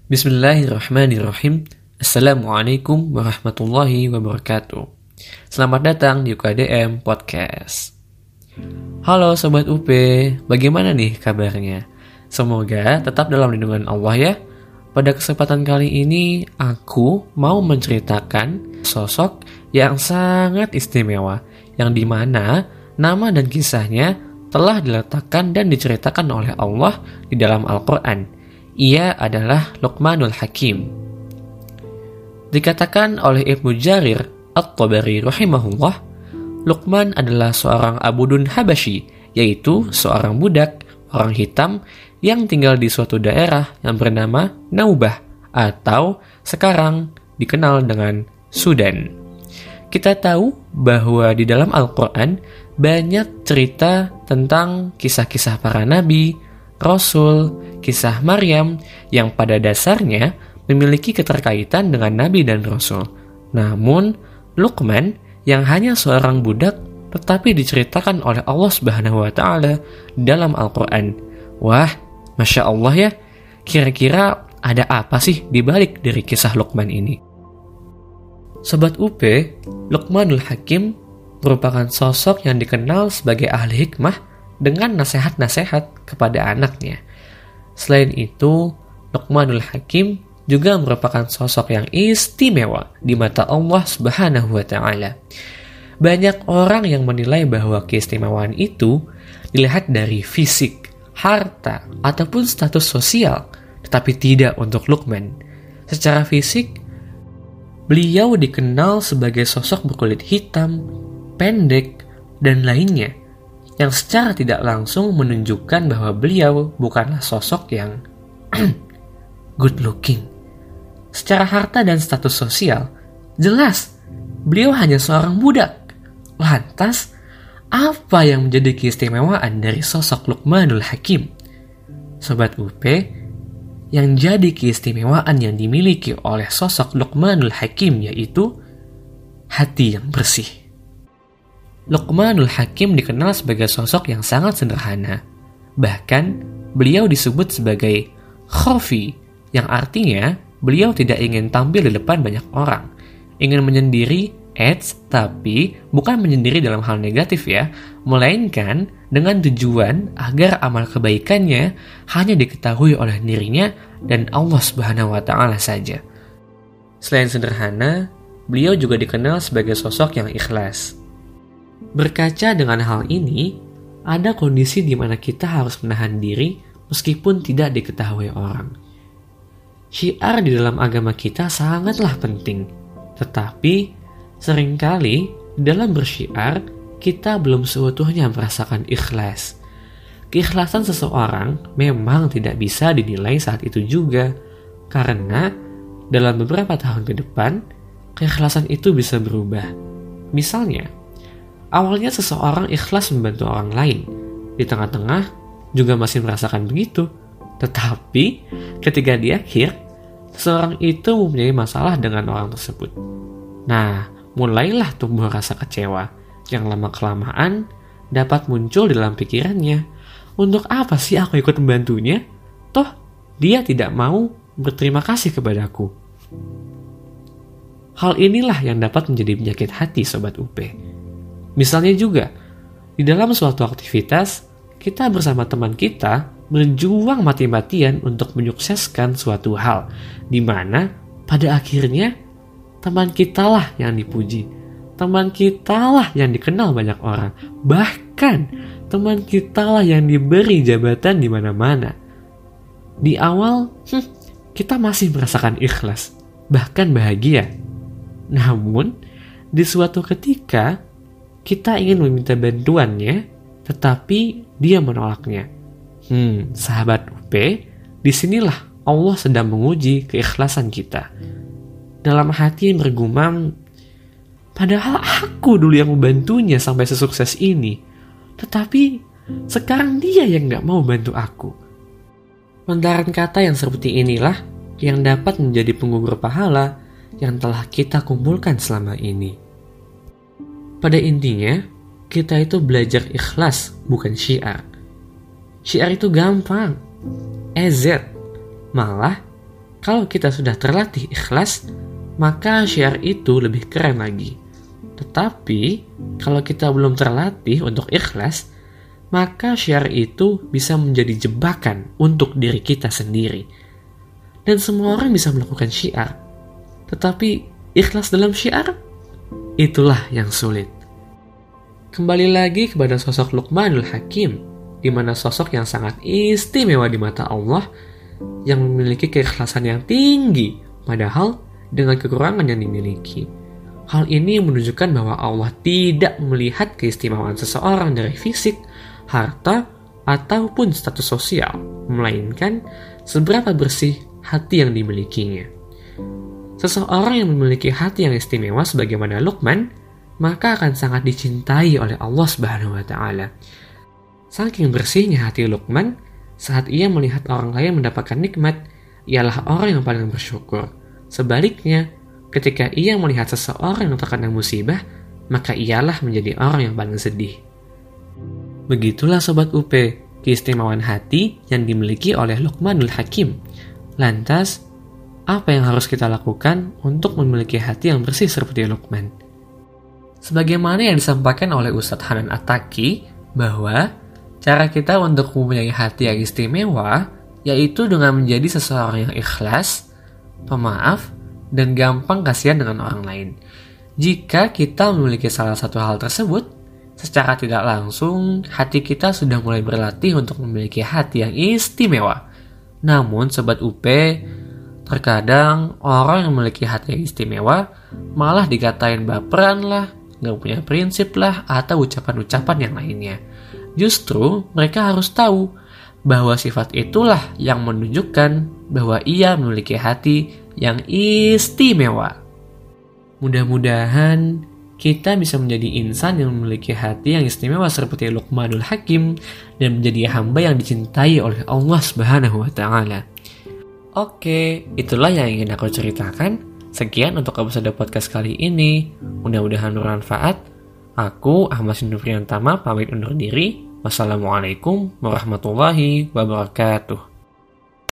Bismillahirrahmanirrahim. Assalamualaikum warahmatullahi wabarakatuh. Selamat datang di UKDM Podcast. Halo Sobat UP, bagaimana nih kabarnya? Semoga tetap dalam lindungan Allah ya. Pada kesempatan kali ini, aku mau menceritakan sosok yang sangat istimewa, yang dimana nama dan kisahnya telah diletakkan dan diceritakan oleh Allah di dalam Al-Quran. Ia adalah Luqmanul Hakim. Dikatakan oleh Ibnu Jarir At-Tabari rahimahullah, Luqman adalah seorang abudun Habasyi, yaitu seorang budak orang hitam yang tinggal di suatu daerah yang bernama Naubah atau sekarang dikenal dengan Sudan. Kita tahu bahwa di dalam Al-Quran banyak cerita tentang kisah-kisah para nabi, Rasul, kisah Maryam yang pada dasarnya memiliki keterkaitan dengan Nabi dan Rasul. Namun, Luqman yang hanya seorang budak tetapi diceritakan oleh Allah Subhanahu wa Ta'ala dalam Al-Quran. Wah, Masya Allah ya, kira-kira ada apa sih di balik dari kisah Luqman ini? Sobat UP, Luqmanul Hakim merupakan sosok yang dikenal sebagai ahli hikmah dengan nasihat-nasihat kepada anaknya. Selain itu, Luqmanul Hakim juga merupakan sosok yang istimewa di mata Allah Subhanahu wa Ta'ala. Banyak orang yang menilai bahwa keistimewaan itu dilihat dari fisik, harta, ataupun status sosial, tetapi tidak untuk Luqman. Secara fisik, beliau dikenal sebagai sosok berkulit hitam, pendek, dan lainnya, yang secara tidak langsung menunjukkan bahwa beliau bukanlah sosok yang good looking. Secara harta dan status sosial, jelas beliau hanya seorang budak. Lantas, apa yang menjadi keistimewaan dari sosok Luqmanul Hakim? Sobat UP, yang jadi keistimewaan yang dimiliki oleh sosok Luqmanul Hakim yaitu hati yang bersih. Luqmanul Hakim dikenal sebagai sosok yang sangat sederhana. Bahkan, beliau disebut sebagai khafi, yang artinya beliau tidak ingin tampil di depan banyak orang. Ingin menyendiri, tapi bukan menyendiri dalam hal negatif ya, melainkan dengan tujuan agar amal kebaikannya hanya diketahui oleh dirinya dan Allah Subhanahu wa Ta'ala saja. Selain sederhana, beliau juga dikenal sebagai sosok yang ikhlas. Berkaca dengan hal ini, ada kondisi di mana kita harus menahan diri meskipun tidak diketahui orang. Syiar di dalam agama kita sangatlah penting, tetapi seringkali dalam bersyiar kita belum seutuhnya merasakan ikhlas. Keikhlasan seseorang memang tidak bisa dinilai saat itu juga, karena dalam beberapa tahun ke depan, keikhlasan itu bisa berubah. Misalnya, awalnya seseorang ikhlas membantu orang lain, di tengah-tengah juga masih merasakan begitu. Tetapi ketika di akhir, seseorang itu mempunyai masalah dengan orang tersebut. Nah, mulailah tumbuh rasa kecewa yang lama-kelamaan dapat muncul dalam pikirannya. Untuk apa sih aku ikut membantunya? Toh, dia tidak mau berterima kasih kepadaku. Hal inilah yang dapat menjadi penyakit hati Sobat UP. Misalnya juga, di dalam suatu aktivitas, kita bersama teman kita berjuang mati-matian untuk menyukseskan suatu hal, di mana pada akhirnya teman kita lah yang dipuji, teman kita lah yang dikenal banyak orang, bahkan teman kita lah yang diberi jabatan di mana-mana. Di awal, kita masih merasakan ikhlas, bahkan bahagia. Namun, di suatu ketika, kita ingin meminta bantuannya, tetapi dia menolaknya. Sahabat UP, disinilah Allah sedang menguji keikhlasan kita. Dalam hati yang bergumam, padahal aku dulu yang membantunya sampai sesukses ini, tetapi sekarang dia yang gak mau bantu aku. Lontaran kata yang seperti inilah yang dapat menjadi penggugur pahala yang telah kita kumpulkan selama ini. Pada intinya, kita itu belajar ikhlas, bukan syiar. Syiar itu gampang, EZ. Malah, Kalau kita sudah terlatih ikhlas, maka syiar itu lebih keren lagi. Tetapi, kalau kita belum terlatih untuk ikhlas, maka syiar itu bisa menjadi jebakan untuk diri kita sendiri. Dan semua orang bisa melakukan syiar. Tetapi, ikhlas dalam syiar, itulah yang sulit. Kembali lagi kepada sosok Luqmanul Hakim, di mana sosok yang sangat istimewa di mata Allah, yang memiliki keikhlasan yang tinggi, padahal dengan kekurangan yang dimiliki. Hal ini menunjukkan bahwa Allah tidak melihat keistimewaan seseorang dari fisik, harta, ataupun status sosial, melainkan seberapa bersih hati yang dimilikinya. Seseorang yang memiliki hati yang istimewa sebagaimana Luqman, maka akan sangat dicintai oleh Allah Subhanahu wa Ta'ala. Saking bersihnya hati Luqman, saat ia melihat orang lain mendapatkan nikmat, ialah orang yang paling bersyukur. Sebaliknya, ketika ia melihat seseorang yang terkena musibah, maka ialah menjadi orang yang paling sedih. Begitulah Sobat UP, keistimewaan hati yang dimiliki oleh Luqmanul Hakim. Lantas, apa yang harus kita lakukan untuk memiliki hati yang bersih seperti Luqman? Sebagaimana yang disampaikan oleh Ustadz Hanan At-Taki, bahwa cara kita untuk mempunyai hati yang istimewa yaitu dengan menjadi seseorang yang ikhlas, pemaaf, dan gampang kasihan dengan orang lain. Jika kita memiliki salah satu hal tersebut, secara tidak langsung hati kita sudah mulai berlatih untuk memiliki hati yang istimewa. Namun Sobat UP, terkadang orang yang memiliki hati yang istimewa malah dikatain baperan lah, gak punya prinsip lah, atau ucapan-ucapan yang lainnya. Justru mereka harus tahu bahwa sifat itulah yang menunjukkan bahwa ia memiliki hati yang istimewa. Mudah-mudahan kita bisa menjadi insan yang memiliki hati yang istimewa seperti Luqmanul Hakim dan menjadi hamba yang dicintai oleh Allah Subhanahu wa Ta'ala. Oke, itulah yang ingin aku ceritakan. Sekian untuk episode podcast kali ini. Mudah-mudahan bermanfaat. Aku, Ahmad Sindufriantama, pamit undur diri. Wassalamualaikum warahmatullahi wabarakatuh.